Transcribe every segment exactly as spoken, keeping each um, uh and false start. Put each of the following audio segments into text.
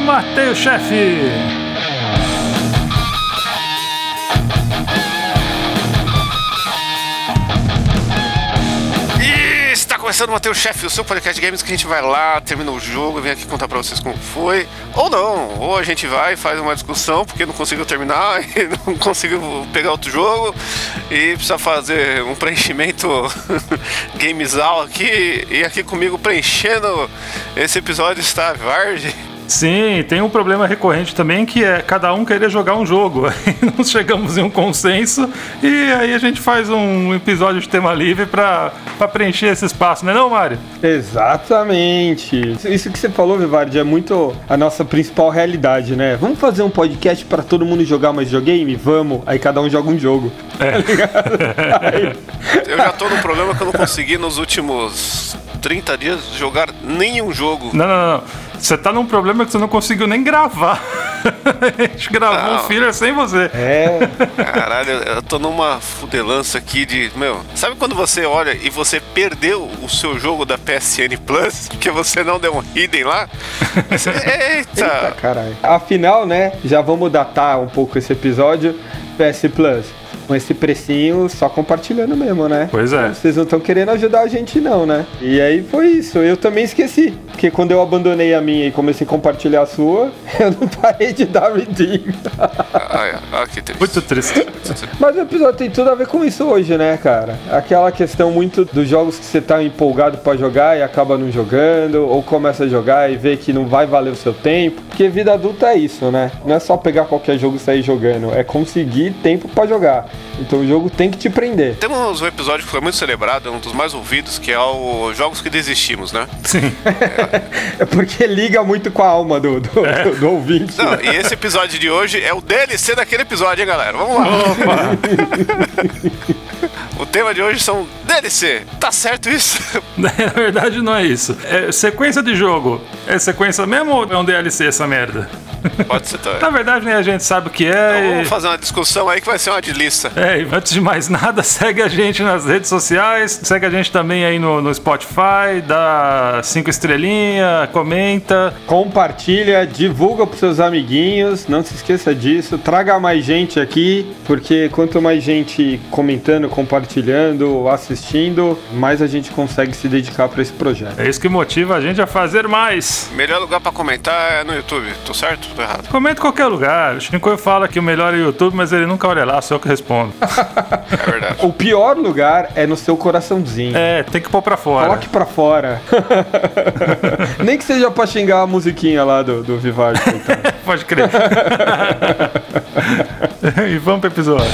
Matei o Chefe! Começando a Matei o Chefe, o seu podcast de games que a gente vai lá, termina o jogo, vem aqui contar pra vocês como foi. Ou não, ou a gente vai e faz uma discussão porque não conseguiu terminar e não conseguiu pegar outro jogo e precisa fazer um preenchimento gamesal aqui. E aqui comigo preenchendo esse episódio está a Varge. Sim, tem um problema recorrente também que é cada um querer jogar um jogo. Aí não chegamos em um consenso e aí a gente faz um episódio de tema livre pra, pra preencher esse espaço, não é não, Mário? Exatamente. Isso que você falou, Vivardi, é muito a nossa principal realidade, né? Vamos fazer um podcast pra todo mundo jogar mais videogame? Vamos. Aí cada um joga um jogo. É. Tá ligado? Aí... Eu já tô num problema que eu não consegui nos últimos trinta dias jogar nenhum jogo. Não, não, não. Você tá num problema que você não conseguiu nem gravar. A gente gravou um filler sem você. É. Caralho, eu tô numa fudelança aqui de... Meu, sabe quando você olha e você perdeu o seu jogo da P S N Plus? Porque você não deu um hidden lá? Você, eita! Eita, caralho. Afinal, né, já vamos datar um pouco esse episódio. P S Plus. Com esse precinho só compartilhando mesmo, né? Pois é. Vocês não estão querendo ajudar a gente não, né? E aí foi isso, eu também esqueci. Porque quando eu abandonei a minha e comecei a compartilhar a sua, eu não parei de dar redeem. Ah, é. Ah, que triste. Muito triste. Mas o episódio tem tudo a ver com isso hoje, né, cara? Aquela questão muito dos jogos que você tá empolgado pra jogar e acaba não jogando, ou começa a jogar e vê que não vai valer o seu tempo. Porque vida adulta é isso, né? Não é só pegar qualquer jogo e sair jogando, é conseguir tempo pra jogar. Então o jogo tem que te prender. Temos um episódio que foi muito celebrado, é um dos mais ouvidos, que é o Jogos que Desistimos, né? Sim. É porque liga muito com a alma do, do, é. do, do ouvinte. Não, e esse episódio de hoje é o D L C daquele episódio, hein, galera? Vamos lá. Opa! O tema de hoje são D L C. Tá certo isso? Na verdade não é isso. É sequência de jogo. É sequência mesmo ou é um D L C essa merda? Pode ser também. Na verdade, nem a gente sabe o que é. Então, e... vamos fazer uma discussão aí que vai ser uma de lista. É, e antes de mais nada, segue a gente nas redes sociais, segue a gente também aí no, no Spotify, dá cinco estrelinhas, comenta. Compartilha, divulga pros seus amiguinhos, não se esqueça disso, traga mais gente aqui, porque quanto mais gente comentando, compartilhando, assistindo, mais a gente consegue se dedicar para esse projeto. É isso que motiva a gente a fazer mais. Melhor lugar pra comentar é no YouTube, tô certo? Tô errado? Comenta em qualquer lugar. O Shinkoi fala que o melhor é o YouTube, mas ele nunca olha lá, sou eu que respondo. É verdade. O pior lugar é no seu coraçãozinho. É, tem que pôr pra fora. Coloque pra fora. Nem que seja pra xingar a musiquinha lá do, do Vivardi. Pode crer. E vamos pro episódio.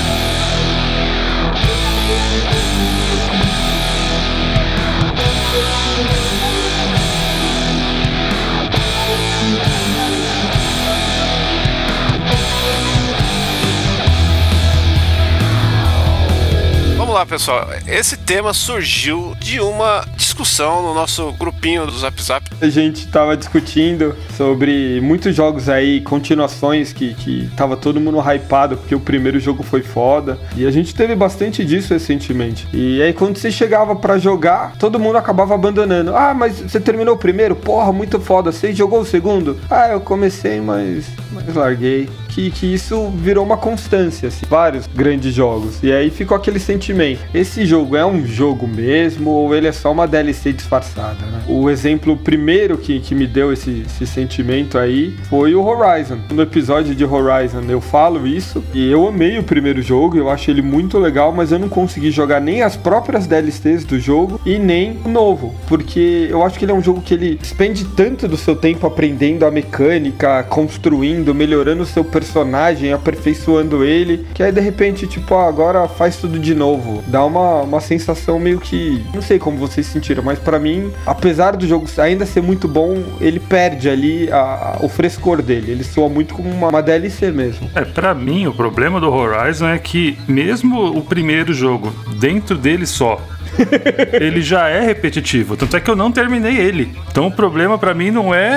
Vamos lá, pessoal. Esse tema surgiu de uma discussão no nosso grupinho do Zap Zap. A gente tava discutindo sobre muitos jogos aí, continuações que, que tava todo mundo hypado porque o primeiro jogo foi foda. E a gente teve bastante disso recentemente. E aí quando você chegava pra jogar, todo mundo acabava abandonando. Ah, mas você terminou o primeiro? Porra, muito foda. Você jogou o segundo? Ah, eu comecei, mas, mas larguei. Que, que isso virou uma constância, assim, vários grandes jogos. E aí ficou aquele sentimento. Esse jogo é um jogo mesmo ou ele é só uma D L C disfarçada, né? O exemplo primeiro que, que me deu esse, esse sentimento aí foi o Horizon. No episódio de Horizon eu falo isso e eu amei o primeiro jogo, eu acho ele muito legal, mas eu não consegui jogar nem as próprias D L Cs do jogo e nem o novo, porque eu acho que ele é um jogo que ele despende tanto do seu tempo aprendendo a mecânica, construindo, melhorando o seu personagem, personagem, aperfeiçoando ele, que aí de repente, tipo, ah, agora faz tudo de novo. Dá uma, uma sensação meio que... Não sei como vocês sentiram, mas pra mim, apesar do jogo ainda ser muito bom, ele perde ali a, a, o frescor dele. Ele soa muito como uma, uma D L C mesmo. É, pra mim, o problema do Horizon é que mesmo o primeiro jogo, dentro dele só, ele já é repetitivo. Tanto é que eu não terminei ele. Então o problema pra mim não é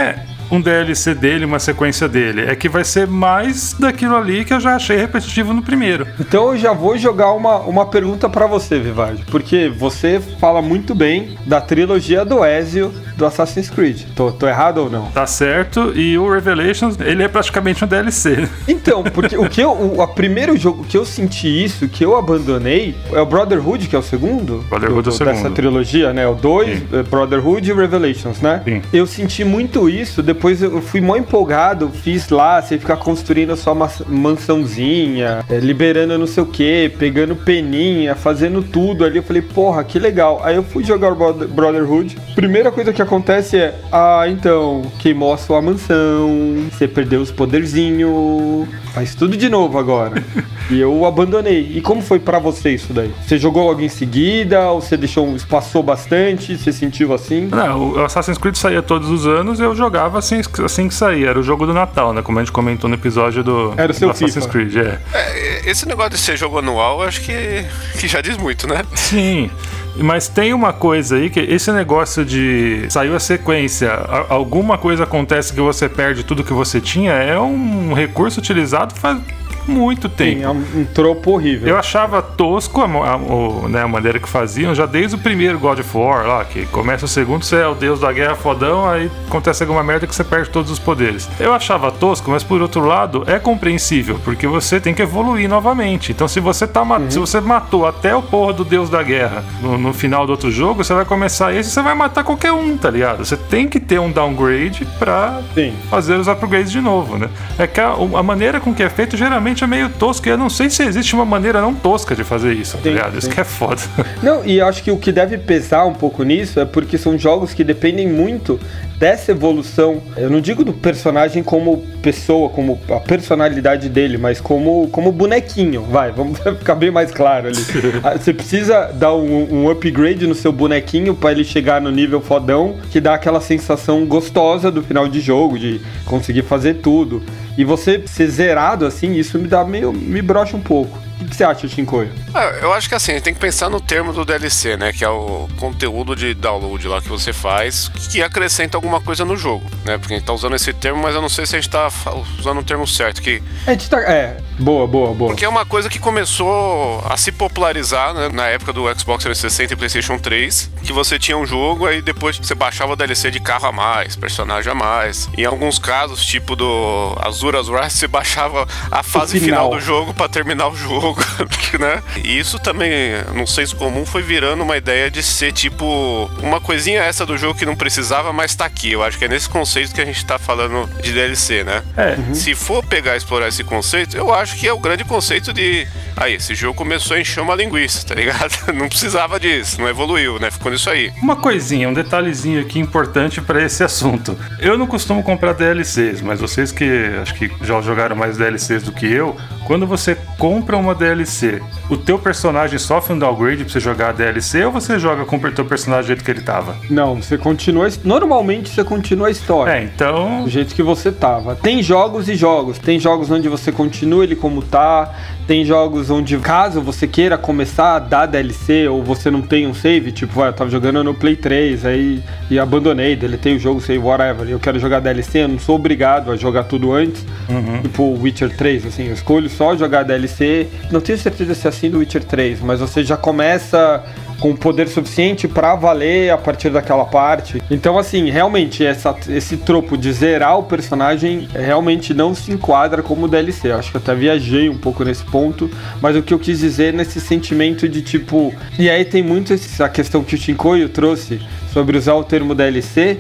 um D L C dele, uma sequência dele. É que vai ser mais daquilo ali que eu já achei repetitivo no primeiro. Então eu já vou jogar uma, uma pergunta pra você, Vivardi, porque você fala muito bem da trilogia do Ezio do Assassin's Creed. Tô, tô errado ou não? Tá certo, e o Revelations, ele é praticamente um D L C. Então, porque o que eu, o a primeiro jogo que eu senti isso, que eu abandonei, é o Brotherhood, que é o segundo? Brotherhood do, é o segundo. Dessa trilogia, né? O dois, Brotherhood e Revelations, né? Sim. Eu senti muito isso, depois eu fui mó empolgado, fiz lá, você ficar construindo a sua mansãozinha, é, liberando não sei o que, pegando peninha, fazendo tudo ali. Eu falei, porra, que legal. Aí eu fui jogar o Brotherhood. Primeira coisa que acontece é, ah, então, queimou a sua mansão, você perdeu os poderzinhos, faz tudo de novo agora. E eu abandonei. E como foi pra você isso daí? Você jogou logo em seguida, ou você deixou, passou bastante, você sentiu assim? Não, o Assassin's Creed saía todos os anos e eu jogava assim, assim que saía. Era o jogo do Natal, né? Como a gente comentou no episódio do, Era o seu do Assassin's FIFA. Creed, é. É, esse negócio de ser jogo anual, eu acho que, que já diz muito, né? Sim, mas tem uma coisa aí, que esse negócio de saiu a sequência, a- alguma coisa acontece que você perde tudo que você tinha, é um recurso utilizado faz muito tempo. Sim, é um, um tropo horrível. Eu achava tosco a, mo- a, o- né, a maneira que faziam, já desde o primeiro God of War, lá, que começa o segundo, você é o deus da guerra fodão, aí acontece alguma merda que você perde todos os poderes. Eu achava tosco, mas por outro lado, é compreensível, porque você tem que evoluir novamente. Então se você, tá, ma- se você matou até o porra do deus da guerra no, no final do outro jogo, você vai começar esse e você vai matar qualquer um, tá ligado? Você tem que ter um downgrade pra Sim. fazer os upgrades de novo, né? É que a, a maneira com que é feito geralmente é meio tosca. Eu não sei se existe uma maneira não tosca de fazer isso, tá Sim, ligado? Isso sim. que é foda. Não, e eu acho que o que deve pesar um pouco nisso é porque são jogos que dependem muito dessa evolução. Eu não digo do personagem como pessoa, como a personalidade dele, mas como, como bonequinho. Vai, vamos ficar bem mais claro ali. Você precisa dar um, um upgrade no seu bonequinho para ele chegar no nível fodão, que dá aquela sensação gostosa do final de jogo, de conseguir fazer tudo. E você ser zerado assim, isso me dá meio. me brocha um pouco. O que você acha, Shinkoio? Ah, eu acho que assim, a gente tem que pensar no termo do D L C, né? Que é o conteúdo de download lá que você faz, que acrescenta alguma coisa no jogo, né? Porque a gente tá usando esse termo, mas eu não sei se a gente tá fa- usando o termo certo. Que... A gente tá. É, boa, boa, boa. Porque é uma coisa que começou a se popularizar, né? Na época do Xbox trezentos e sessenta e PlayStation três, que você tinha um jogo, aí depois você baixava o D L C de carro a mais, personagem a mais. Em alguns casos, tipo do Azuras Wrath, você baixava a fase final. final do jogo pra terminar o jogo. Né? E isso também, num senso comum, foi virando uma ideia de ser tipo uma coisinha essa do jogo que não precisava, mas tá aqui. Eu acho que é nesse conceito que a gente tá falando de D L C, né? É. Se for pegar e explorar esse conceito, eu acho que é o grande conceito de aí, esse jogo começou a encher uma linguiça, tá ligado? Não precisava disso, não evoluiu, né? Ficou nisso aí. Uma coisinha, um detalhezinho aqui importante pra esse assunto. Eu não costumo comprar D L Cs, mas vocês que acho que já jogaram mais D L Cs do que eu, quando você compra uma D L C, o teu personagem sofre um downgrade pra você jogar a D L C ou você joga com o teu personagem do jeito que ele tava? Não, você continua. Normalmente você continua a história. É, então. Do jeito que você tava. Tem jogos e jogos. Tem jogos onde você continua ele como tá. Tem jogos onde, caso você queira começar a dar D L C ou você não tem um save, tipo, vai, eu tava jogando no Play três aí e abandonei, deletei o jogo, sei, whatever. Eu quero jogar D L C, eu não sou obrigado a jogar tudo antes. Uhum. Tipo Witcher três, assim, eu escolho só jogar D L C. Não tenho certeza se é assim do Witcher três, mas você já começa com poder suficiente pra valer a partir daquela parte. Então, assim, realmente, essa, esse tropo de zerar o personagem realmente não se enquadra como D L C. Eu acho que eu até viajei um pouco nesse ponto, mas o que eu quis dizer nesse sentimento de tipo... E aí tem muito essa questão que o Shinkoio trouxe sobre usar o termo D L C,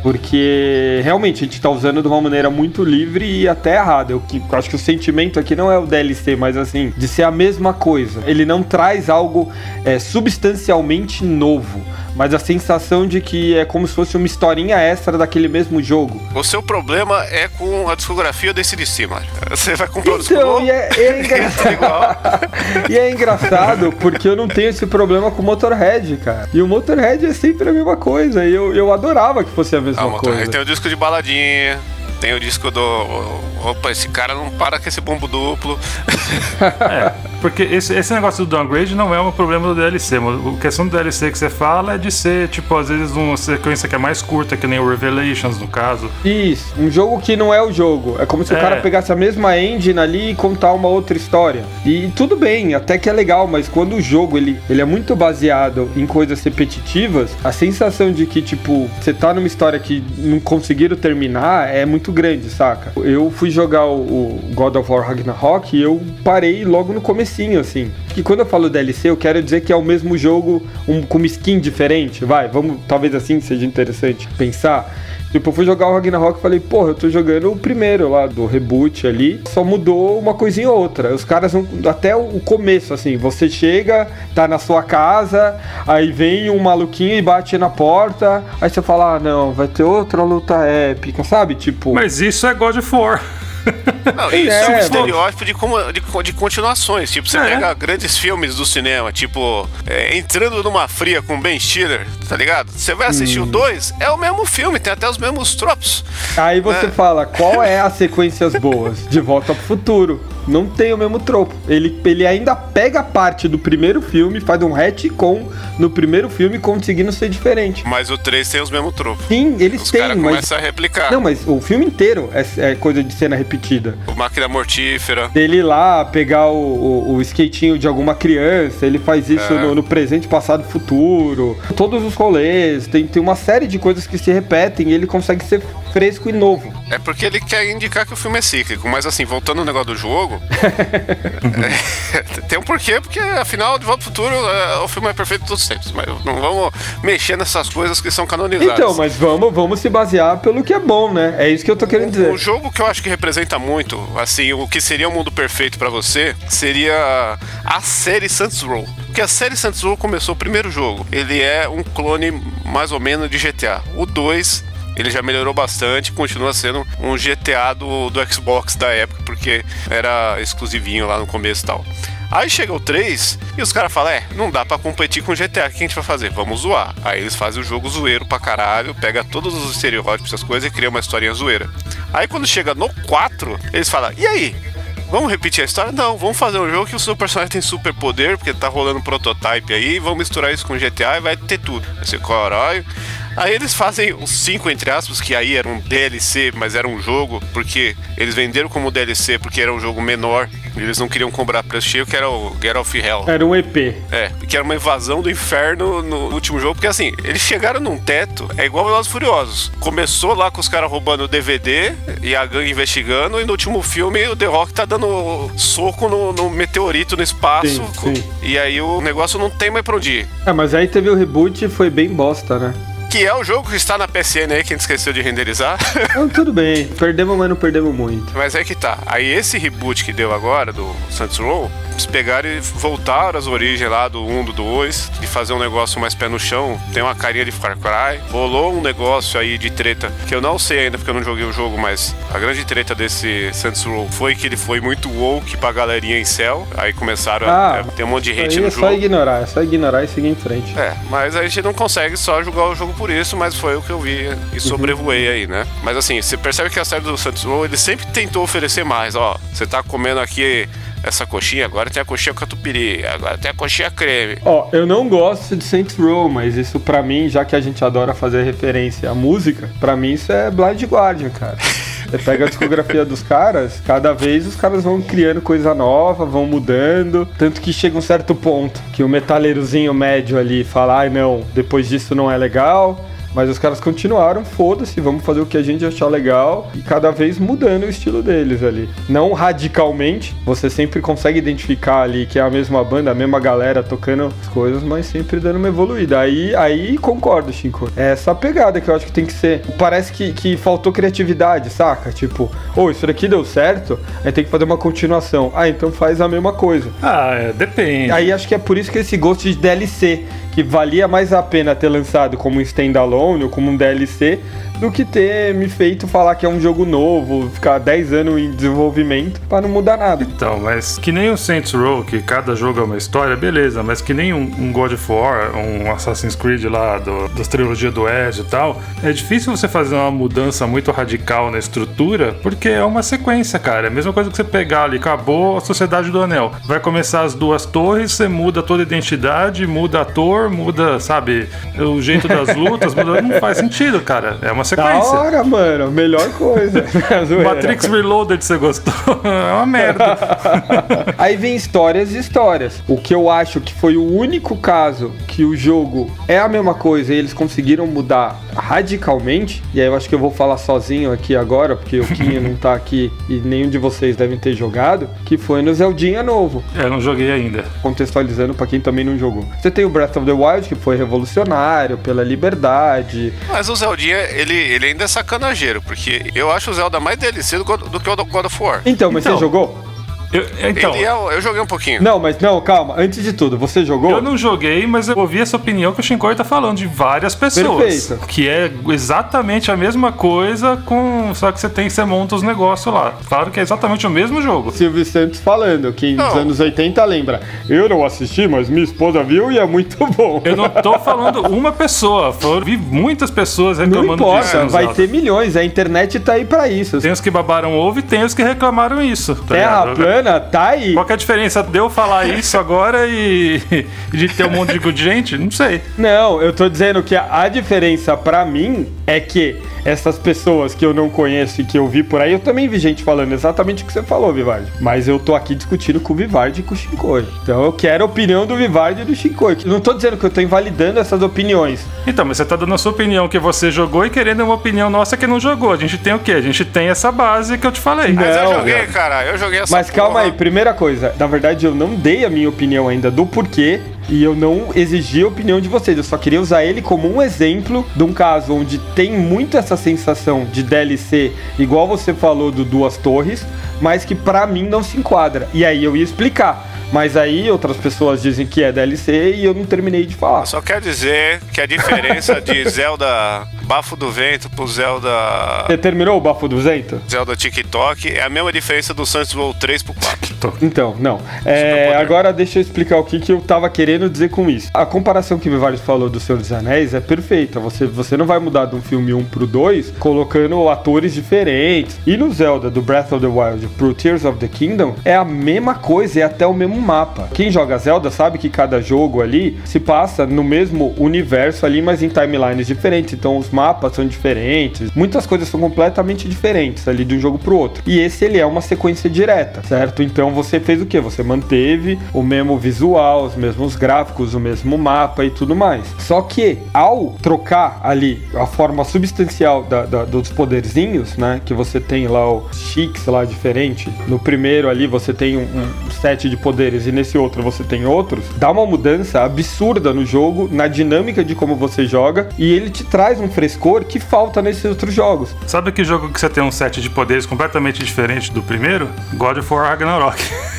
porque realmente a gente tá usando de uma maneira muito livre e até errada. Eu, que, eu acho que o sentimento aqui não é o D L C, mas assim, de ser a mesma coisa. Ele não traz algo é, substancialmente novo, mas a sensação de que é como se fosse uma historinha extra daquele mesmo jogo. O seu problema é com a discografia desse D C, Mário. Você vai comprar o disco Então, novo? e é, é engraçado. igual. E é engraçado porque eu não tenho esse problema com o Motorhead, cara. E o Motorhead é sempre a mesma coisa. E eu, eu adorava que fosse a mesma Ah, coisa. Motorhead tem o disco de baladinha, tem o disco do... Opa, esse cara não para com esse bombo duplo. É, porque esse, esse negócio do downgrade não é um problema do D L C. A questão do D L C que você fala é de ser, tipo, às vezes uma sequência que é mais curta, que nem o Revelations, no caso. Isso, um jogo que não é o jogo. É como se É. o cara pegasse a mesma engine ali e contar uma outra história. E tudo bem, até que é legal, mas quando o jogo ele, ele é muito baseado em coisas repetitivas, a sensação de que, tipo, você tá numa história que não conseguiram terminar é muito grande, saca? Eu fui jogar o, o God of War Ragnarok e eu parei logo no comecinho, assim. Que quando eu falo D L C, eu quero dizer que é o mesmo jogo um, com uma skin diferente. Vai, vamos, talvez assim seja interessante pensar. Tipo, eu fui jogar o Ragnarok e falei, porra, eu tô jogando o primeiro lá do reboot ali, só mudou uma coisinha ou outra. Os caras vão até o começo, assim, você chega, tá na sua casa, aí vem um maluquinho e bate na porta, aí você fala, ah, não, vai ter outra luta épica, sabe? Tipo... Mas isso é God of War. Não, isso é, É, um mas- estereótipo de, como- de, de continuações. Tipo, você É. pega grandes filmes do cinema, tipo, é, Entrando numa Fria com Ben Stiller, tá ligado? Você vai assistir Hum. o dois, é o mesmo filme, tem até os mesmos tropos. Aí você É. fala, qual é as sequências boas? De Volta pro Futuro. Não tem o mesmo tropo. Ele, ele ainda pega parte do primeiro filme, faz um retcon no primeiro filme, conseguindo ser diferente. Mas o três tem os mesmos tropos. Sim, eles Os têm, caras mas... começam a replicar. Não, mas o filme inteiro é, é coisa de cena repetida. O Máquina Mortífera. Dele ir lá pegar o, o, o skatinho de alguma criança, ele faz isso É. no, no presente, passado, futuro. Todos os rolês, tem, tem uma série de coisas que se repetem e ele consegue ser fresco e novo. É porque ele quer indicar que o filme é cíclico, mas assim, voltando ao negócio do jogo, é, tem um porquê, porque afinal, De Volta ao Futuro, é, o filme é perfeito todos os tempos, mas não vamos mexer nessas coisas que são canonizadas. Então, mas vamos, vamos se basear pelo que é bom, né? É isso que eu tô querendo O dizer. jogo que eu acho que representa muito, assim, o que seria o mundo perfeito pra você, seria a série Saints Row. Porque a série Saints Row começou o primeiro jogo. Ele é um clone mais ou menos de G T A. O dois, ele já melhorou bastante, continua sendo um G T A do, do Xbox da época, porque era exclusivinho lá no começo e tal. Aí chega o três e os caras falam, é, não dá pra competir com o G T A, o que a gente vai fazer? Vamos zoar. Aí eles fazem o jogo zoeiro pra caralho, pega todos os estereótipos, essas coisas e cria uma historinha zoeira. Aí quando chega no quatro, eles falam, e aí? Vamos repetir a história? Não, vamos fazer um jogo que o seu personagem tem super poder, porque tá rolando um prototype aí, vamos misturar isso com G T A e vai ter tudo. Vai ser com o herói. Aí eles fazem os cinco, entre aspas, que aí era um D L C, mas era um jogo, porque eles venderam como D L C porque era um jogo menor, eles não queriam cobrar preço cheio, que era o Get of Hell. Era um E P. É, que era uma invasão do inferno no último jogo, porque assim, eles chegaram num teto, é igual Velozes e Furiosos. Começou lá com os caras roubando o D V D e a gangue investigando, e no último filme o The Rock tá dando soco no, no meteorito no espaço, Sim, sim. e aí o negócio não tem mais pra onde ir. É, mas aí teve o reboot e foi bem bosta, né? Que é o jogo que está na P S N aí, que a gente esqueceu de renderizar. Então, tudo bem. Perdemos, mas não perdemos muito. Mas é que tá. Aí esse reboot que deu agora, do Saints Row, eles pegaram e voltaram às origens lá do um, do dois, de fazer um negócio mais pé no chão. Tem uma carinha de Far Cry. Rolou um negócio aí de treta, que eu não sei ainda porque eu não joguei o jogo, mas a grande treta desse Saints Row foi que ele foi muito woke pra galerinha em céu. Aí começaram Ah, a é, ter um monte de hate Aí no é só jogo. ignorar, é só ignorar e seguir em frente. É, mas a gente não consegue só jogar o jogo por isso, mas foi o que eu vi e sobrevoei aí, né? Mas assim, você percebe que a série do Saints Row, ele sempre tentou oferecer mais, ó. Você tá comendo aqui essa coxinha, agora tem a coxinha catupiry, agora tem a coxinha creme. Ó, eu não gosto de Saints Row, mas isso pra mim, já que a gente adora fazer referência à música, pra mim isso é Blind Guardian, cara. Você pega a discografia dos caras, cada vez os caras vão criando coisa nova, vão mudando, tanto que chega um certo ponto que o metaleirozinho médio ali fala, ai não, depois disso não é legal. Mas os caras continuaram, foda-se, vamos fazer o que a gente achar legal e cada vez mudando o estilo deles ali. Não radicalmente, você sempre consegue identificar ali que é a mesma banda, a mesma galera tocando as coisas, mas sempre dando uma evoluída. Aí, aí concordo, Chico. É essa pegada que eu acho que tem que ser. Parece que, que faltou criatividade, saca? Tipo, ô, oh, isso daqui deu certo, aí tem que fazer uma continuação. Ah, então faz a mesma coisa. Ah, é, depende. Aí acho que é por isso que esse gosto de D L C, que valia mais a pena ter lançado como um standalone, standalone ou como um D L C, do que ter me feito falar que é um jogo novo, ficar dez anos em desenvolvimento pra não mudar nada. Então, mas que nem o Saints Row, que cada jogo é uma história, beleza, mas que nem um, um God of War, um Assassin's Creed lá, do, das trilogias do Ezio e tal, é difícil você fazer uma mudança muito radical na estrutura, porque é uma sequência, cara. É a mesma coisa que você pegar ali, acabou a Sociedade do Anel. Vai começar as duas torres, você muda toda a identidade, muda ator, muda, sabe, o jeito das lutas, muda, não faz sentido, cara. É uma sequência. Da hora, mano. Melhor coisa. Matrix Reloaded, você gostou? É uma merda. Aí vem histórias e histórias. O que eu acho que foi o único caso que o jogo é a mesma coisa e eles conseguiram mudar radicalmente, e aí eu acho que eu vou falar sozinho aqui agora, porque o Quinho não tá aqui e nenhum de vocês devem ter jogado, que foi no Zeldinha novo. Eu não joguei ainda. Contextualizando pra quem também não jogou. Você tem o Breath of the Wild, que foi revolucionário pela liberdade. Mas o Zeldinha, ele, ele ainda é sacanageiro, porque eu acho o Zelda mais D L C do, do que o God of War. Então, mas então, você jogou? Eu, então, ele é, eu joguei um pouquinho. Não, mas não, calma. Antes de tudo, você jogou? Eu não joguei, mas eu ouvi essa opinião que o Shinkoi tá falando de várias pessoas. Perfeito. Que é exatamente a mesma coisa, com só que você tem, você monta os negócios lá. Claro que é exatamente o mesmo jogo. Silvio Santos falando, que nos não. anos oitenta lembra. Eu não assisti, mas minha esposa viu e é muito bom. Eu não tô falando uma pessoa. Eu vi muitas pessoas reclamando não disso. importa, vai ter milhões. A internet tá aí pra isso. Tem os que babaram ovo e tem os que reclamaram isso. Tá Terra ligado? plana, tá aí. Qual que é a diferença de eu falar isso agora e, e de ter um monte de gente? Não sei. Não, eu tô dizendo que a, a diferença pra mim é que essas pessoas que eu não conheço e que eu vi por aí, eu também vi gente falando exatamente o que você falou, Vivardi. Mas eu tô aqui discutindo com o Vivardi e com o Shinkoi. Então eu quero a opinião do Vivardi e do Shinkoi. Eu não tô dizendo que eu tô invalidando essas opiniões. Então, mas você tá dando a sua opinião que você jogou e querendo uma opinião nossa que não jogou. A gente tem o quê? A gente tem essa base que eu te falei. Mas Não, eu joguei, cara. cara. Eu joguei essa Mas calma porra. aí, primeira coisa, na verdade eu não dei a minha opinião ainda do porquê e eu não exigi a opinião de vocês, eu só queria usar ele como um exemplo de um caso onde tem muito essa sensação de D L C, igual você falou do Duas Torres, mas que pra mim não se enquadra. E aí eu ia explicar. Mas aí outras pessoas dizem que é D L C e eu não terminei de falar. Só quero dizer que a diferença de Zelda Bafo do Vento pro Zelda... Você terminou o Bafo do Vento? Zelda TikTok é a mesma diferença do Saints Row três pro quatro. Então, não. É, agora deixa eu explicar o que, que eu tava querendo dizer com isso. A comparação que o Vivardi falou do Senhor dos Anéis é perfeita. Você, você não vai mudar de um filme um pro dois colocando atores diferentes. E no Zelda, do Breath of the Wild pro Tears of the Kingdom, é a mesma coisa, é até o mesmo mapa. Quem joga Zelda sabe que cada jogo ali se passa no mesmo universo ali, mas em timelines diferentes. Então os mapas são diferentes. Muitas coisas são completamente diferentes ali de um jogo pro outro. E esse ele é uma sequência direta, certo? Então você fez o quê? Você manteve o mesmo visual, os mesmos gráficos, o mesmo mapa e tudo mais. Só que ao trocar ali a forma substancial da, da, dos poderzinhos, né? Que você tem lá o Chiques lá diferente. No primeiro ali você tem um, um set de poderes e nesse outro você tem outros, dá uma mudança absurda no jogo, na dinâmica de como você joga, e ele te traz um frescor que falta nesses outros jogos. Sabe que jogo que você tem um set de poderes completamente diferente do primeiro? God of War Ragnarok.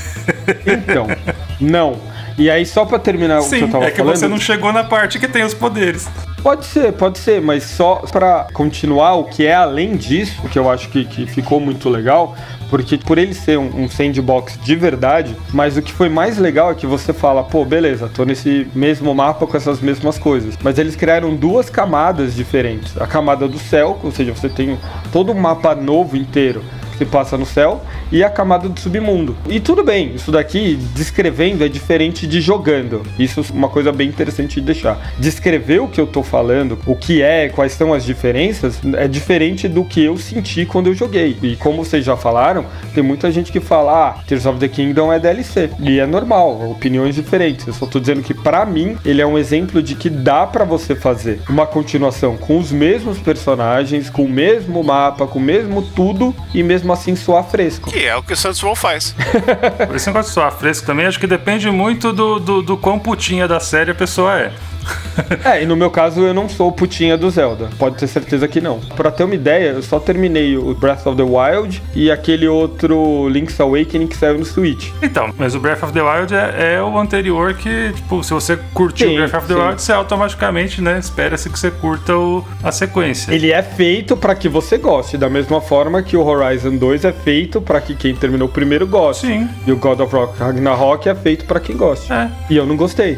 Então, não. E aí, só pra terminar Sim, o que eu tava é que falando... você não chegou na parte que tem os poderes. Pode ser, pode ser, mas só pra continuar o que é além disso, o que eu acho que, que ficou muito legal, porque por ele ser um, um sandbox de verdade, mas o que foi mais legal é que você fala, pô, beleza, tô nesse mesmo mapa com essas mesmas coisas, mas eles criaram duas camadas diferentes. A camada do céu, ou seja, você tem todo um mapa novo inteiro que se passa no céu, e a camada do submundo. E tudo bem, isso daqui, descrevendo, é diferente de jogando. Isso é uma coisa bem interessante de deixar. Descrever o que eu tô falando, o que é, quais são as diferenças, é diferente do que eu senti quando eu joguei. E como vocês já falaram, tem muita gente que fala, ah, Tears of the Kingdom é D L C. E é normal, opiniões diferentes. Eu só tô dizendo que, pra mim, ele é um exemplo de que dá pra você fazer uma continuação com os mesmos personagens, com o mesmo mapa, com o mesmo tudo, e mesmo assim soar fresco. Que é o que o Saints Row faz. Esse negócio de soar fresco também, acho que depende muito do, do, do quão putinha da série a pessoa é. É, e no meu caso eu não sou putinha do Zelda, pode ter certeza que não. Pra ter uma ideia, eu só terminei o Breath of the Wild e aquele outro Link's Awakening que saiu no Switch. Então, mas o Breath of the Wild é, é o anterior que, tipo, se você curtiu Sim, o Breath of the sim. Wild, você automaticamente, né, espera-se que você curta o, a sequência. Ele é feito pra que você goste, da mesma forma que o Horizon dois é feito pra que quem terminou o primeiro goste. Sim. E o God of War Ragnarok é feito pra quem goste. É. E eu não gostei.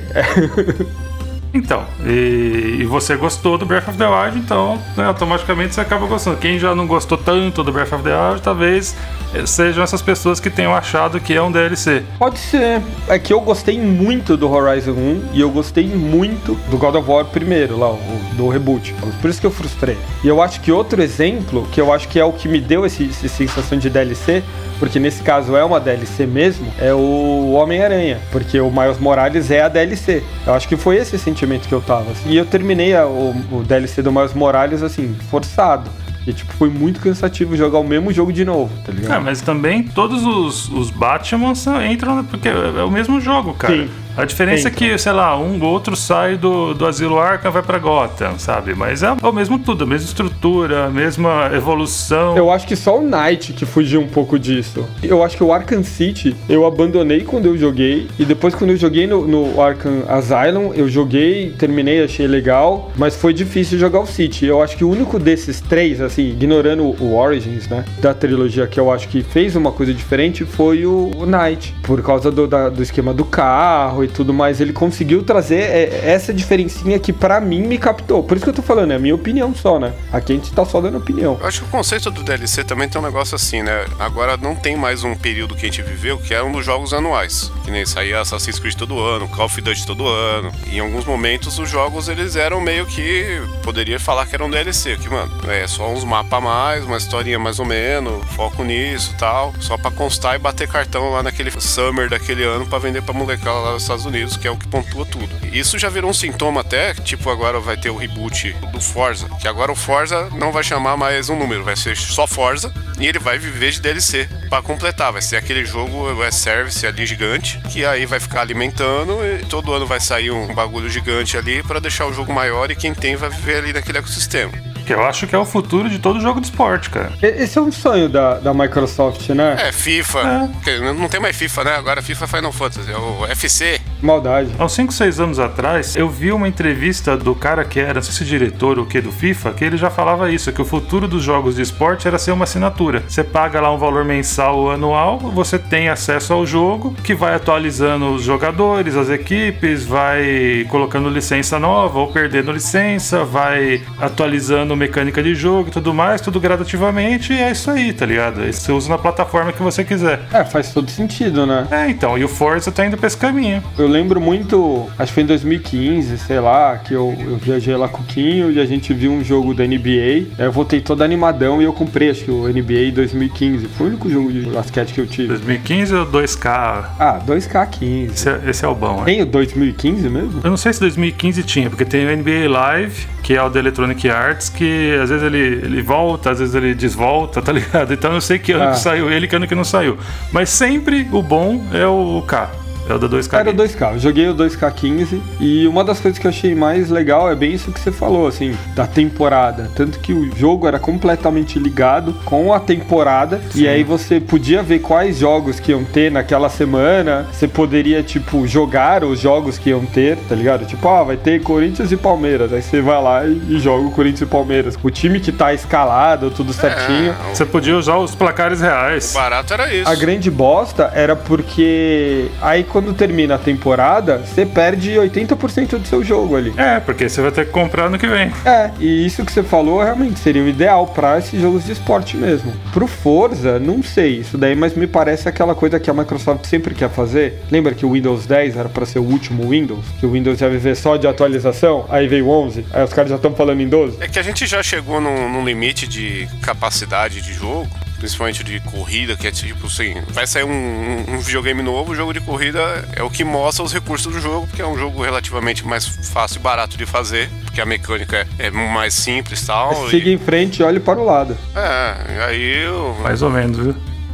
Então, e, e você gostou do Breath of the Wild, então né, automaticamente você acaba gostando. Quem já não gostou tanto do Breath of the Wild, talvez sejam essas pessoas que tenham achado que é um D L C. Pode ser. É que eu gostei muito do Horizon um e eu gostei muito do God of War primeiro, lá, o, do reboot. Por isso que eu frustrei. E eu acho que outro exemplo, que eu acho que é o que me deu esse, essa sensação de D L C, porque nesse caso é uma D L C mesmo, é o Homem-Aranha, porque o Miles Morales é a D L C. Eu acho que foi esse sentimento que eu tava. Assim. E eu terminei a, o, o D L C do Miles Morales, assim, forçado. E, tipo, foi muito cansativo jogar o mesmo jogo de novo, tá ligado? Ah, mas também todos os, os Batman entram, porque é o mesmo jogo, cara. Sim. A diferença Então. é que, sei lá, um ou outro sai do, do Asilo Arkham e vai pra Gotham, sabe? Mas é o mesmo tudo, a mesma estrutura, a mesma evolução. Eu acho que só o Knight que fugiu um pouco disso. Eu acho que o Arkham City eu abandonei quando eu joguei. E depois quando eu joguei no, no Arkham Asylum, eu joguei, terminei, achei legal. Mas foi difícil jogar o City. Eu acho que o único desses três, assim, ignorando o Origins, né, da trilogia que eu acho que fez uma coisa diferente, foi o, o Knight. Por causa do, da, do esquema do carro e tudo mais, ele conseguiu trazer é, essa diferencinha que pra mim me captou. Por isso que eu tô falando, é a minha opinião só, né? Aqui a gente tá só dando opinião. Eu acho que o conceito do D L C também tem um negócio assim, né? Agora não tem mais um período que a gente viveu, que é um dos jogos anuais. Que nem saía Assassin's Creed todo ano, Call of Duty todo ano. E em alguns momentos os jogos, eles eram meio que... Poderia falar que eram D L C, que, mano, é só uns mapas a mais, uma historinha mais ou menos, foco nisso e tal. Só pra constar e bater cartão lá naquele Summer daquele ano pra vender pra molecada lá nos Estados Unidos, que é o que pontua tudo. Isso já virou um sintoma até, tipo, agora vai ter o reboot do Forza, que agora o Forza não vai chamar mais um número, vai ser só Forza, e ele vai viver de D L C pra completar, vai ser aquele jogo web service ali gigante, que aí vai ficar alimentando e todo ano vai sair um bagulho gigante ali pra deixar o jogo maior e quem tem vai viver ali naquele ecossistema. Que eu acho que é o futuro de todo jogo de esporte, cara. Esse é um sonho da, da Microsoft, né? É, FIFA. É. Não tem mais FIFA, né? Agora FIFA é Final Fantasy, é o F C. Maldade. Há uns cinco, seis anos atrás, eu vi uma entrevista do cara que era, não sei se diretor ou o que, do FIFA, que ele já falava isso, que o futuro dos jogos de esporte era ser uma assinatura. Você paga lá um valor mensal ou anual, você tem acesso ao jogo, que vai atualizando os jogadores, as equipes, vai colocando licença nova ou perdendo licença, vai atualizando mecânica de jogo e tudo mais, tudo gradativamente, e é isso aí, tá ligado? Aí você usa na plataforma que você quiser. É, faz todo sentido, né? É, então, e o Forza tá indo pra esse caminho. Eu lembro muito, acho que foi em dois mil e quinze, sei lá, que eu, eu viajei lá com o Quinho e a gente viu um jogo da N B A. Aí eu voltei todo animadão e eu comprei, acho que o N B A dois mil e quinze. Foi o único jogo de basquete que eu tive. dois mil e quinze ou dois K? Ah, dois K quinze. Esse é, esse é o bom, né? Tem o dois mil e quinze mesmo? Eu não sei se dois mil e quinze tinha, porque tem o N B A Live, que é o da Electronic Arts, que às vezes ele, ele volta, às vezes ele desvolta, tá ligado? Então eu sei que ano Ah. que saiu ele, que ano que não saiu. Mas sempre o bom é o K. É o da dois K. Era o dois K, eu joguei o dois K quinze e uma das coisas que eu achei mais legal é bem isso que você falou, assim, da temporada. Tanto que o jogo era completamente ligado com a temporada. Sim. E aí você podia ver quais jogos que iam ter naquela semana. Você poderia, tipo, jogar os jogos que iam ter, tá ligado? Tipo, ah, vai ter Corinthians e Palmeiras. Aí você vai lá e, e joga o Corinthians e Palmeiras. O time que tá escalado, tudo certinho. É, Você podia usar os placares reais. o barato era isso. A grande bosta era porque aí quando termina a temporada, você perde oitenta por cento do seu jogo ali. É, porque você vai ter que comprar no que vem. É, e isso que você falou realmente seria o ideal pra esses jogos de esporte mesmo. Pro Forza, não sei isso daí, mas me parece aquela coisa que a Microsoft sempre quer fazer. Lembra que o Windows dez era pra ser o último Windows? Que o Windows ia viver só de atualização? Aí veio o onze, aí os caras já estão falando em doze? É que a gente já chegou num, num limite de capacidade de jogo, principalmente de corrida, que é tipo assim, vai sair um, um videogame novo, o jogo de corrida é o que mostra os recursos do jogo, porque é um jogo relativamente mais fácil e barato de fazer, porque a mecânica é, é mais simples e tal. Siga e... em frente e olhe para o lado. É, aí eu... Mais ou menos, viu?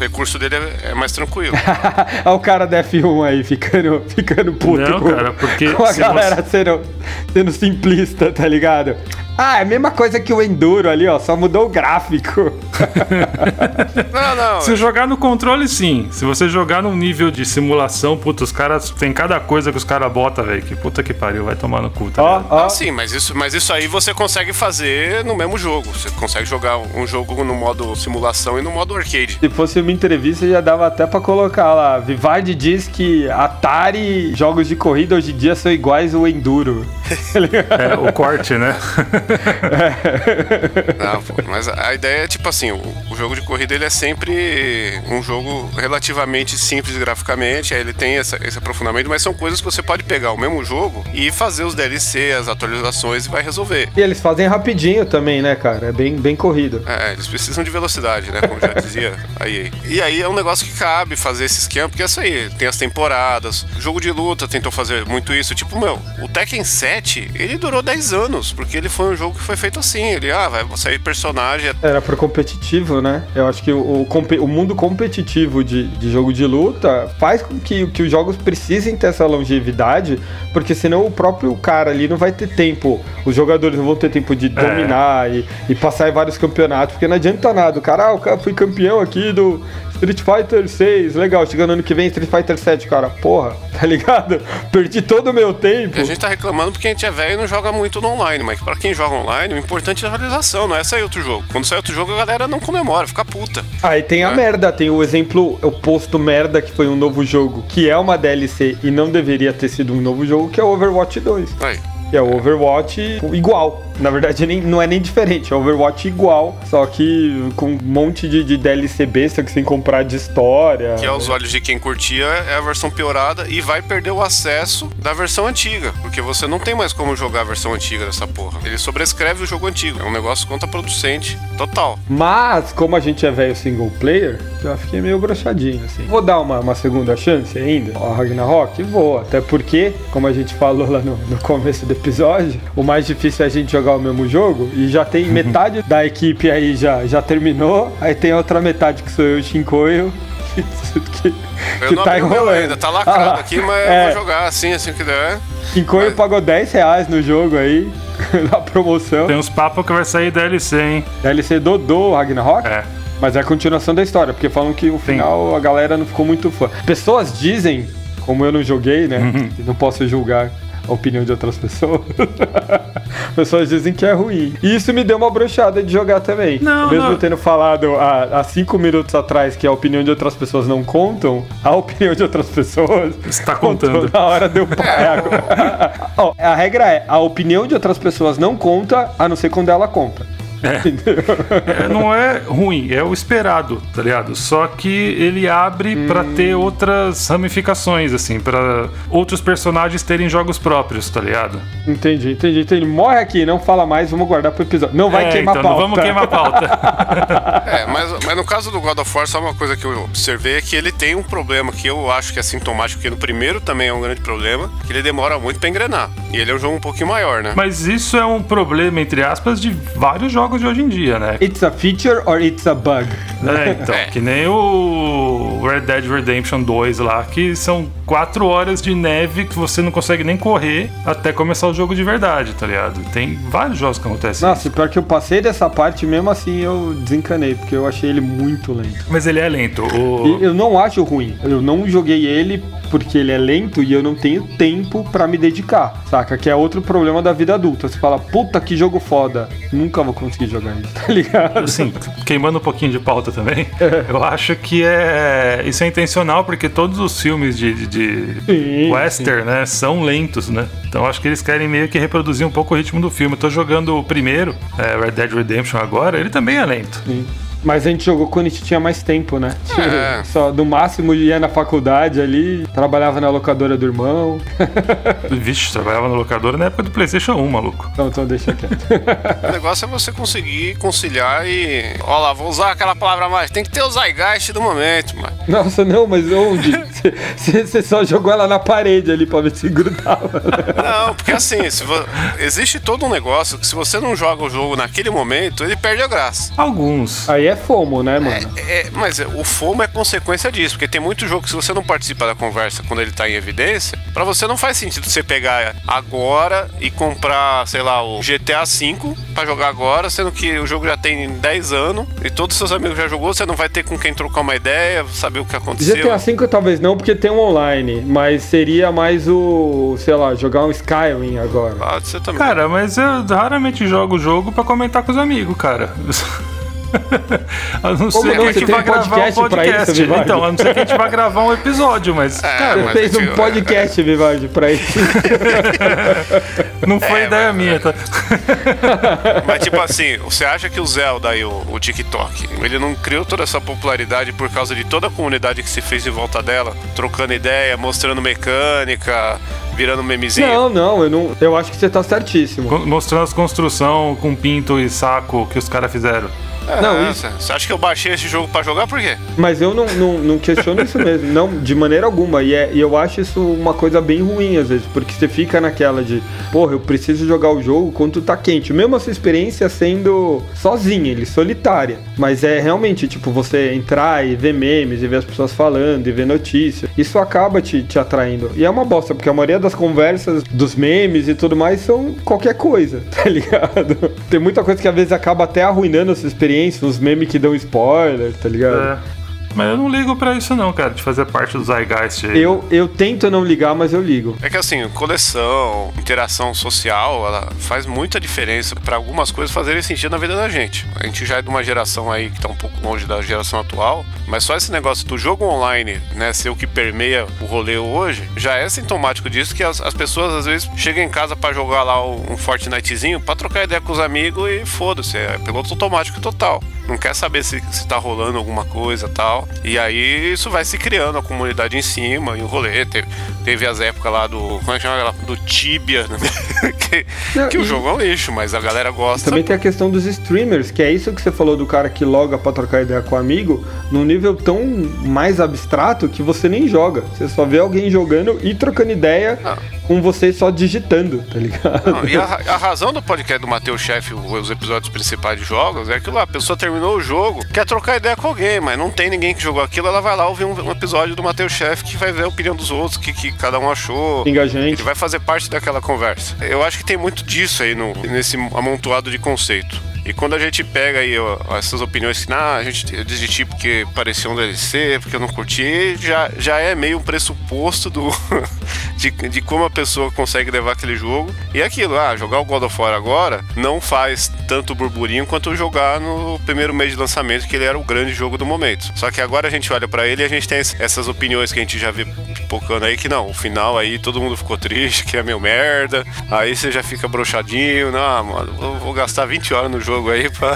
recurso dele é, é mais tranquilo. Olha o cara da F um aí, ficando, ficando puto Não, com, cara, porque com a se galera você- sendo, sendo simplista, tá ligado? Ah, é a mesma coisa que o Enduro ali, ó, só mudou o gráfico. Não, não. Se jogar no controle, sim. Se você jogar num nível de simulação, puta, os caras. Tem cada coisa que os caras botam, velho. Que puta que pariu, vai tomar no cu, tá Ó, ligado? ó. Ah, sim, mas isso, mas isso aí você consegue fazer no mesmo jogo. Você consegue jogar um jogo no modo simulação e no modo arcade. Se fosse uma entrevista, já dava até pra colocar lá. Vivardi diz que Atari, jogos de corrida hoje em dia são iguais ao Enduro. É, o corte, né? Não, pô, mas a a ideia é tipo assim, o, o jogo de corrida ele é sempre um jogo relativamente simples graficamente, aí ele tem essa, esse aprofundamento, mas são coisas que você pode pegar o mesmo jogo e fazer os D L C, as atualizações e vai resolver. E eles fazem rapidinho também, né, cara? É bem, bem corrido. É, eles precisam de velocidade, né? Como já dizia a E A. E aí é um negócio que cabe fazer esse esquema, porque é isso aí, tem as temporadas. O jogo de luta tentou fazer muito isso. Tipo, meu, o Tekken sete, ele durou dez anos, porque ele foi um jogo que foi feito assim. Ele, ah, vai sair personagem. Era pro competitivo, né? Eu acho que o, o, compe- o mundo competitivo de, de jogo de luta faz com que, que os jogos precisem ter essa longevidade, porque senão o próprio cara ali não vai ter tempo. Os jogadores não vão ter tempo de dominar e, e passar em vários campeonatos, porque não adianta nada. O cara, ah, o cara foi campeão aqui do Street Fighter seis, legal, chegando ano que vem Street Fighter sete, cara, porra, tá ligado? Perdi todo o meu tempo. E a gente tá reclamando porque a gente é velho e não joga muito no online, mas pra quem joga online, o importante é a atualização, não é sair outro jogo. Quando sai outro jogo, a galera não comemora, fica puta. Aí tem a É. merda, tem o exemplo oposto merda, que foi um novo jogo, que é uma D L C e não deveria ter sido um novo jogo, que é o Overwatch dois. Aí. Que é o Overwatch igual. Na verdade, nem, não é nem diferente, é Overwatch igual, só que com um monte de, de D L C besta que você tem que comprar de história. Que aos olhos de quem curtia é a versão piorada e vai perder o acesso da versão antiga, porque você não tem mais como jogar a versão antiga dessa porra. Ele sobrescreve o jogo antigo, é um negócio contraproducente total. Mas, como a gente é velho single player, já fiquei meio broxadinho, assim. Vou dar uma, uma segunda chance ainda ao Ragnarok? Vou, até porque, como a gente falou lá no, no começo do episódio, o mais difícil é a gente jogar o mesmo jogo, e já tem metade da equipe aí já, já terminou, aí tem a outra metade que sou eu e o Shinkoio, que, que, Eu que não tá abri o meu enrolando. ainda, tá lacrado Ah lá. aqui, mas É. eu vou jogar assim, assim que der. Shinkoio Mas- pagou dez reais no jogo aí, na promoção. Tem uns papos que vai sair D L C, hein? D L C Dodô, Ragnarok? É. Mas é a continuação da história, porque falam que no final a galera não ficou muito fã. Pessoas dizem, como eu não joguei, né? Uhum. Não posso julgar a opinião de outras pessoas. Pessoas dizem que é ruim. E isso me deu uma brochada de jogar também. Não, Mesmo não. tendo falado há, há cinco minutos atrás que a opinião de outras pessoas não contam, a opinião de outras pessoas Está contou contando. na hora deu pago. Ó, a regra é, a opinião de outras pessoas não conta, a não ser quando ela conta. É, não é ruim, é o esperado, tá ligado? Só que ele abre pra ter outras ramificações, assim, pra outros personagens terem jogos próprios, tá ligado? Entendi, entendi, entendi. Morre aqui, não fala mais, vamos guardar pro episódio. Não vai É, queimar então, pauta. não vamos queimar pauta. É, mas, mas no caso do God of War, só uma coisa que eu observei é que ele tem um problema que eu acho que é sintomático, porque no primeiro também é um grande problema, que ele demora muito pra engrenar. E ele é um jogo um pouquinho maior, né? Mas isso é um problema, entre aspas, de vários jogos de hoje em dia, né? It's a feature or it's a bug? É, então, É. que nem o Red Dead Redemption dois lá, que são quatro horas de neve que você não consegue nem correr até começar o jogo de verdade, tá ligado? Tem vários jogos que acontecem Nossa, isso. pior que eu passei dessa parte, mesmo assim eu desencanei, porque eu achei ele muito lento. Mas ele é lento. E O... eu não acho ruim. Eu não joguei ele porque ele é lento e eu não tenho tempo pra me dedicar, saca? Que é outro problema da vida adulta. Você fala, puta, que jogo foda. Nunca vou conseguir jogar isso, tá ligado? Assim, queimando um pouquinho de pauta também, eu acho que é isso é intencional, porque todos os filmes de, de, de Sim, western, né, são lentos, né? Então acho que eles querem meio que reproduzir um pouco o ritmo do filme. Eu tô jogando o primeiro, é, Red Dead Redemption agora, ele também é lento. Sim. Mas a gente jogou quando a gente tinha mais tempo, né? É. Só no máximo ia na faculdade ali, trabalhava na locadora do irmão. Vixe, trabalhava na locadora na época do PlayStation um, maluco. Então, então deixa quieto. O negócio é você conseguir conciliar e... Ó lá, vou usar aquela palavra mais. Tem que ter o zeitgeist do momento, mano. Nossa, não, mas onde? Você só jogou ela na parede ali pra ver se grudava. Não, porque assim, se vo... existe todo um negócio que se você não joga o jogo naquele momento, ele perde a graça. Alguns. Aí é FOMO, né, mano? É, é, mas o FOMO é consequência disso, porque tem muito jogo que se você não participa da conversa quando ele tá em evidência, pra você não faz sentido você pegar agora e comprar, sei lá, o G T A cinco pra jogar agora, sendo que o jogo já tem dez anos e todos os seus amigos já jogou, você não vai ter com quem trocar uma ideia, saber o que aconteceu. G T A cinco talvez não, porque tem um online, mas seria mais o, sei lá, jogar um Skyrim agora. Pode ser também. Cara, mas eu raramente jogo o jogo pra comentar com os amigos, cara. A não ser não, que a gente vai gravar um podcast. Pra isso, Vivardi? Então, a não ser que a gente vai gravar um episódio, mas, É, cara, mas Você fez enfim, um podcast, Vivardi, pra isso. não foi É, ideia mas- minha, tá? Mas tipo assim, você acha que o Zelda aí, o, o TikTok, ele não criou toda essa popularidade por causa de toda a comunidade que se fez em volta dela, trocando ideia, mostrando mecânica, virando memezinho? Não, não, eu não. Eu acho que você tá certíssimo. Con- Mostrando as construções com pinto e saco que os caras fizeram. É, Não, isso- Você acha que eu baixei esse jogo pra jogar por quê? Mas eu não, não, não questiono isso mesmo, não, de maneira alguma. E, é, e eu acho isso uma coisa bem ruim às vezes, porque você fica naquela de, porra, eu preciso jogar o jogo quando tá quente. Mesmo a sua experiência sendo sozinha, ele solitária. Mas é realmente, tipo, você entrar e ver memes, e ver as pessoas falando, e ver notícias. Isso acaba te, te atraindo. E é uma bosta, porque a maioria das conversas, dos memes e tudo mais, são qualquer coisa, tá ligado? Tem muita coisa que às vezes acaba até arruinando a sua experiência, uns memes que dão spoiler, tá ligado? É. Mas eu não ligo pra isso não, cara, de fazer parte do Zeitgeist aí. Eu, eu tento não ligar, mas eu ligo. É que assim, coleção, interação social, ela faz muita diferença pra algumas coisas fazerem sentido na vida da gente. A gente já é de uma geração aí que tá um pouco longe da geração atual, mas só esse negócio do jogo online, né, ser o que permeia o rolê hoje, já é sintomático disso, que as, as pessoas às vezes chegam em casa pra jogar lá um Fortnitezinho, pra trocar ideia com os amigos e foda-se, é piloto automático total. Não quer saber se, se tá rolando alguma coisa e tal. E aí isso vai se criando, a comunidade em cima e o rolê. Teve, teve as épocas lá do. Como é que chama aquela? Do Tibia, né? que, Não, que o e- jogo é um lixo, mas a galera gosta. Também tem a questão dos streamers, que é isso que você falou do cara que loga pra trocar ideia com o amigo, num nível tão mais abstrato que você nem joga. Você só vê alguém jogando e trocando ideia Ah. com você só digitando, tá ligado? Não, e a, a razão do podcast do Matheus Chefe, os episódios principais de jogos, é aquilo lá, a pessoa terminou o jogo, quer trocar ideia com alguém, mas não tem ninguém que jogou aquilo, ela vai lá ouvir um, um episódio do Matheus Chefe que vai ver a opinião dos outros, que, que cada um achou. Engajante. Ele vai fazer parte daquela conversa. Eu acho que tem muito disso aí no, nesse amontoado de conceito. E quando a gente pega aí ó, essas opiniões que ah, a gente eu desisti porque parecia um D L C, porque eu não curti, já, já é meio um pressuposto do de, de como a pessoa consegue levar aquele jogo. E é aquilo, ah, jogar o God of War agora não faz tanto burburinho quanto jogar no primeiro mês de lançamento, que ele era o grande jogo do momento. Só que agora a gente olha pra ele e a gente tem essas opiniões que a gente já vê pipocando aí, que não, o final aí todo mundo ficou triste, que é meio merda, aí você já fica broxadinho, não, mano, vou, vou gastar vinte horas no jogo jogo aí pra,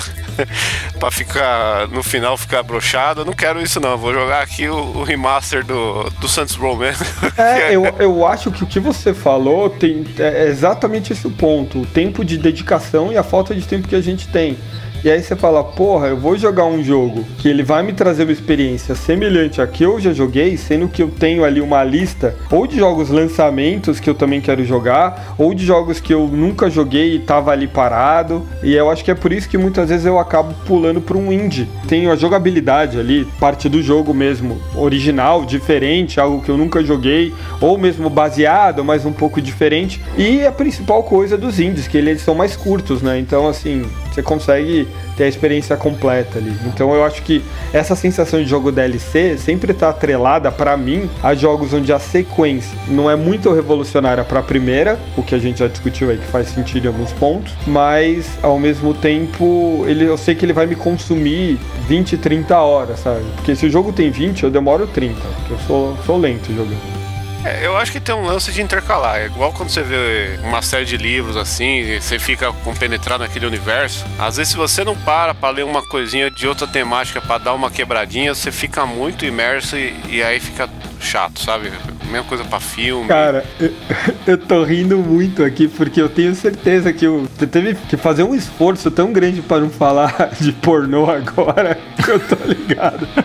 pra ficar, no final ficar broxado. Eu não quero isso não, vou jogar aqui o, o remaster do, do Saints Row mesmo. É, eu, eu acho que o que você falou tem, é exatamente esse o ponto, o tempo de dedicação e a falta de tempo que a gente tem. E aí você fala, porra, eu vou jogar um jogo que ele vai me trazer uma experiência semelhante a que eu já joguei, sendo que eu tenho ali uma lista ou de jogos lançamentos que eu também quero jogar, ou de jogos que eu nunca joguei e tava ali parado. E eu acho que é por isso que muitas vezes eu acabo pulando para um indie. Tenho a jogabilidade ali, parte do jogo mesmo, original, diferente, algo que eu nunca joguei, ou mesmo baseado, mas um pouco diferente. E a principal coisa dos indies, que eles são mais curtos, né? Então, assim, você consegue ter a experiência completa ali. Então eu acho que essa sensação de jogo D L C sempre tá atrelada, pra mim, a jogos onde a sequência não é muito revolucionária pra primeira, o que a gente já discutiu aí, que faz sentido em alguns pontos, mas ao mesmo tempo ele, eu sei que ele vai me consumir vinte, trinta horas, sabe? Porque se o jogo tem vinte, eu demoro trinta, porque eu sou, sou lento jogando. É, eu acho que tem um lance de intercalar. É igual quando você vê uma série de livros assim, e você fica compenetrado naquele universo. Às vezes, se você não para pra ler uma coisinha de outra temática pra dar uma quebradinha, você fica muito imerso e, e aí fica chato, sabe? Mesma coisa pra filme. Cara, eu, eu tô rindo muito aqui porque eu tenho certeza que eu, você teve que fazer um esforço tão grande pra não falar de pornô agora que eu tô ligado.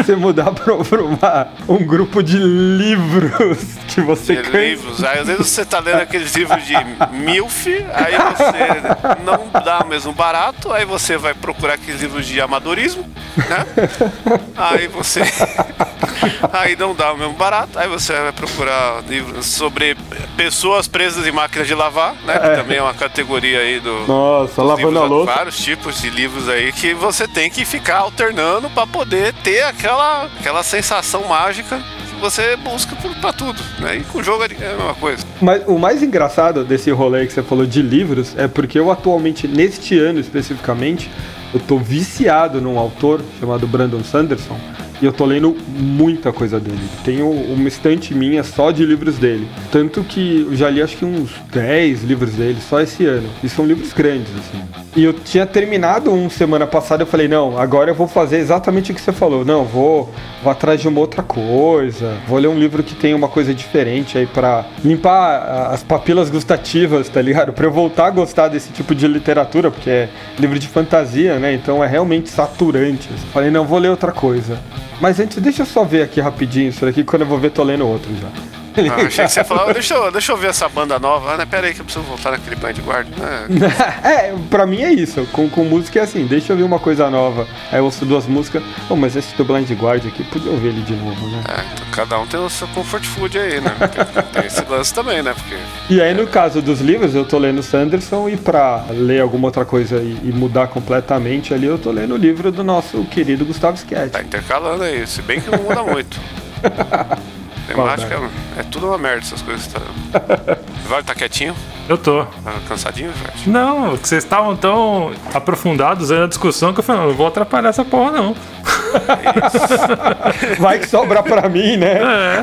você mudar pra, pra uma, um grupo de livros que você de cansa. livros. Aí às vezes você tá lendo aqueles livros de milf, aí você não dá mesmo barato, aí você vai procurar aqueles livros de amadorismo, né? Aí você... Aí não dá o mesmo barato, aí você vai procurar livros sobre pessoas presas em máquinas de lavar, né? Que É. também é uma categoria aí do... Nossa, lavando a louça. Vários tipos de livros aí que você tem que ficar alternando pra poder ter aquela, aquela sensação mágica que você busca por, pra tudo, né? E com o jogo é a mesma coisa. Mas o mais engraçado desse rolê que você falou de livros é porque eu atualmente, neste ano especificamente, eu tô viciado num autor chamado Brandon Sanderson. E eu tô lendo muita coisa dele. Tenho uma estante minha só de livros dele. Tanto que eu já li acho que uns dez livros dele só esse ano. E são livros grandes, assim. E eu tinha terminado um semana passada, eu falei, não, agora eu vou fazer exatamente o que você falou. Não, vou, vou atrás de uma outra coisa. Vou ler um livro que tem uma coisa diferente aí pra limpar as papilas gustativas, tá ligado? Pra eu voltar a gostar desse tipo de literatura, porque é livro de fantasia, né? Então é realmente saturante. Falei, não, vou ler outra coisa. Mas antes, deixa eu só ver aqui rapidinho isso daqui, quando eu vou ver, tô lendo outro já. Ah, achei que você falava, deixa eu, deixa eu ver essa banda nova. Ah, né? Pera aí que eu preciso voltar naquele Blind Guard. Né? É, pra mim é isso. Com, com música é assim, deixa eu ver uma coisa nova. Aí eu ouço duas músicas. Oh, mas esse do Blind Guard aqui, podia ouvir ele de novo, né? É, então cada um tem o seu comfort food aí, né? Porque tem esse lance também, né? Porque... E aí no caso dos livros, eu tô lendo Sanderson e pra ler alguma outra coisa e, e mudar completamente ali, eu tô lendo o livro do nosso querido Gustavo Sketch. Tá intercalando aí, se bem que não muda muito. Temática é, é tudo uma merda essas coisas. Tá... Vale tá quietinho? Eu tô. Tá cansadinho, Verde? Não, vocês estavam tão aprofundados aí na discussão que eu falei, não, eu vou atrapalhar essa porra, não. Vai que sobra pra mim, né?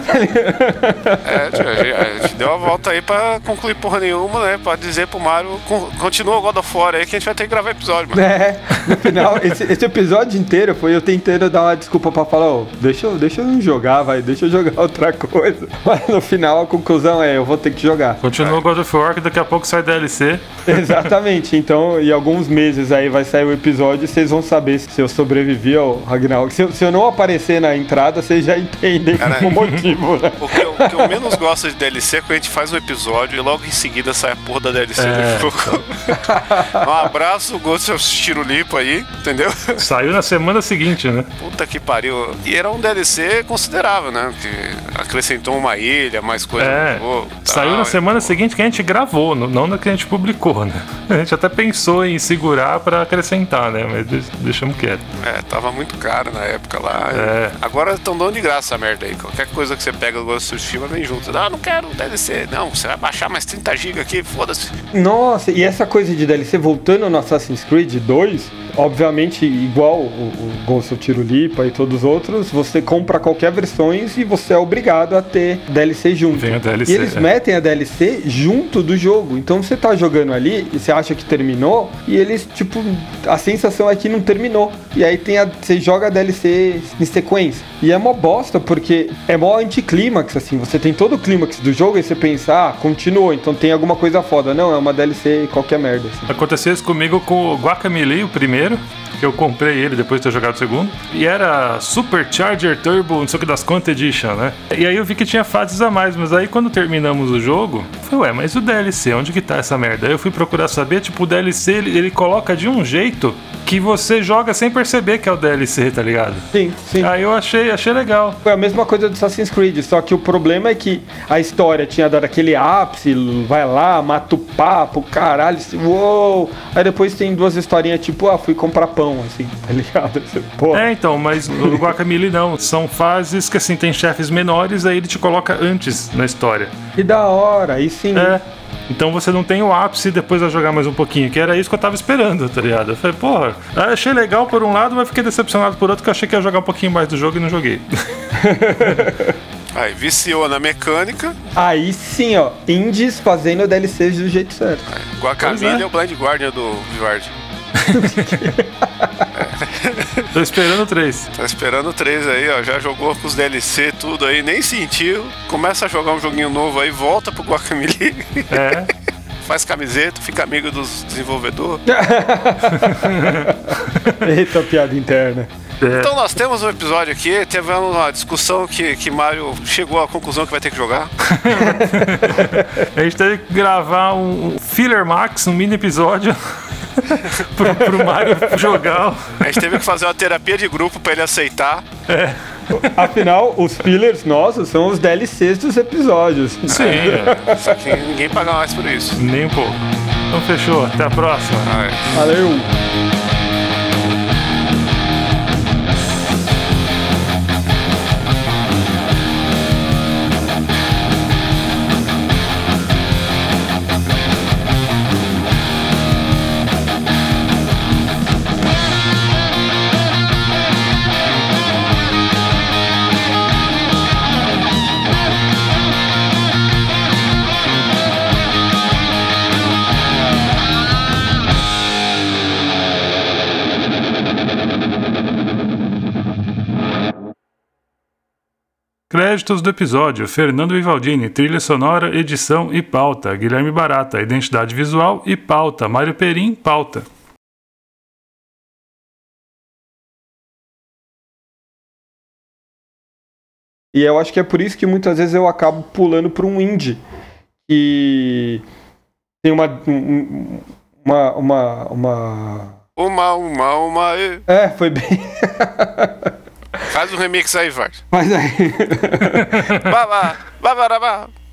É. É, tia, a gente- a gente deu uma volta aí pra concluir porra nenhuma, né? Pra dizer pro Mario, con- continua o God of War aí que a gente vai ter que gravar episódio, mano. É, no final, esse, esse episódio inteiro foi eu tentando dar uma desculpa pra falar, ô, deixa, eu- deixa eu jogar, vai, deixa eu jogar outra coisa. Mas no final a conclusão é, eu vou ter que jogar. Continua o God of War, que daqui a pouco sai D L C. Exatamente, então em alguns meses aí vai sair o episódio e vocês vão saber se eu sobrevivi ao Ragnarok. Se eu, se eu não aparecer na entrada, vocês já entendem Cara, o motivo, né? O que, eu, o que eu menos gosto de D L C é quando a gente faz um episódio e logo em seguida sai a porra da D L C É. do jogo. Um abraço, Ghost of Tirulipo aí, entendeu? Saiu na semana seguinte, né? Puta que pariu. E era um D L C considerável, né? Que acrescentou uma ilha, mais coisa É, no jogo, saiu tal, na e, semana pô, seguinte que a gente gravou, não não na que a gente publicou, né? A gente até pensou em segurar pra acrescentar, né? Mas de- deixamos quieto. É, tava muito caro na época lá. É. Agora estão dando de graça a merda aí. Qualquer coisa que você pega do Ghost of Tsushima vem junto. Ah, não quero D L C. Não, você vai baixar mais trinta gigas aqui, foda-se. Nossa, e essa coisa de D L C, voltando no Assassin's Creed dois, obviamente, igual o, o Ghost of Tirulipa e todos os outros, você compra qualquer versões e você é obrigado a ter D L C junto. Vem a D L C, e eles é. metem a D L C junto do jogo. Então você tá jogando ali e você acha que terminou, e eles, tipo, a sensação é que não terminou. E aí tem a, você joga a D L C em sequência. E é mó bosta, porque é mó anticlímax, assim. Você tem todo o clímax do jogo e você pensa, ah, continuou, então tem alguma coisa foda. Não, é uma D L C qualquer merda, assim. Aconteceu isso comigo com o Guacamelee, o primeiro, que eu comprei ele depois de ter jogado o segundo. E era Supercharger Turbo, não sei o que das quantas Edition, né? E aí eu vi que tinha fases a mais, mas aí quando terminamos o jogo, eu falei, ué, mas o D L C, onde que tá essa merda? Aí eu fui procurar saber, tipo, o D L C ele, ele coloca de um jeito que você joga sem perceber que é o D L C, tá ligado? Sim, sim. Aí eu achei, achei legal. Foi a mesma coisa do Assassin's Creed, só que o problema é que a história tinha dado aquele ápice, vai lá, mata o papo, caralho, assim, uou. Aí depois tem duas historinhas tipo, ah, fui comprar pão, assim, tá ligado? Pô. É, então, mas no Guacamelee não. São fases que, assim, tem chefes menores, aí ele te coloca antes na história. Que da hora, aí sim. É. Então você não tem o ápice e depois vai jogar mais um pouquinho, que era isso que eu tava esperando, tá ligado? Eu falei, porra, eu achei legal por um lado, mas fiquei decepcionado por outro, que eu achei que ia jogar um pouquinho mais do jogo e não joguei. Aí viciou na mecânica. Aí sim, ó, indies fazendo D L Cs do jeito certo. Guacamole Pois é. é. o Blind Guardian do Vivard. Tô esperando o três. Tá esperando o três aí, ó. Já jogou com os D L C, tudo aí, nem sentiu. Começa a jogar um joguinho novo aí, volta pro Guacamole. É. Faz camiseta, fica amigo dos desenvolvedores. Eita, piada interna. É. Então nós temos um episódio aqui, teve uma discussão que, que Mario chegou à conclusão que vai ter que jogar. A gente teve que gravar um Filler Max, um mini episódio pro, pro Mario jogar. A gente teve que fazer uma terapia de grupo pra ele aceitar. É. Afinal, os fillers nossos são os D L Cs dos episódios. Sim, é. Só que ninguém paga mais por isso. Nem um pouco. Então fechou, até a próxima. Ah, é. Valeu! Créditos do episódio: Fernando Vivaldini, trilha sonora, edição e pauta. Guilherme Barata, identidade visual e pauta. Mário Perim, pauta. E eu acho que é por isso que muitas vezes eu acabo pulando para um indie. Que tem uma... um- uma... uma... uma... Uma, uma, uma. e- É, foi bem... Faz um remix aí, Vard. Mas aí... Babá, babarabá.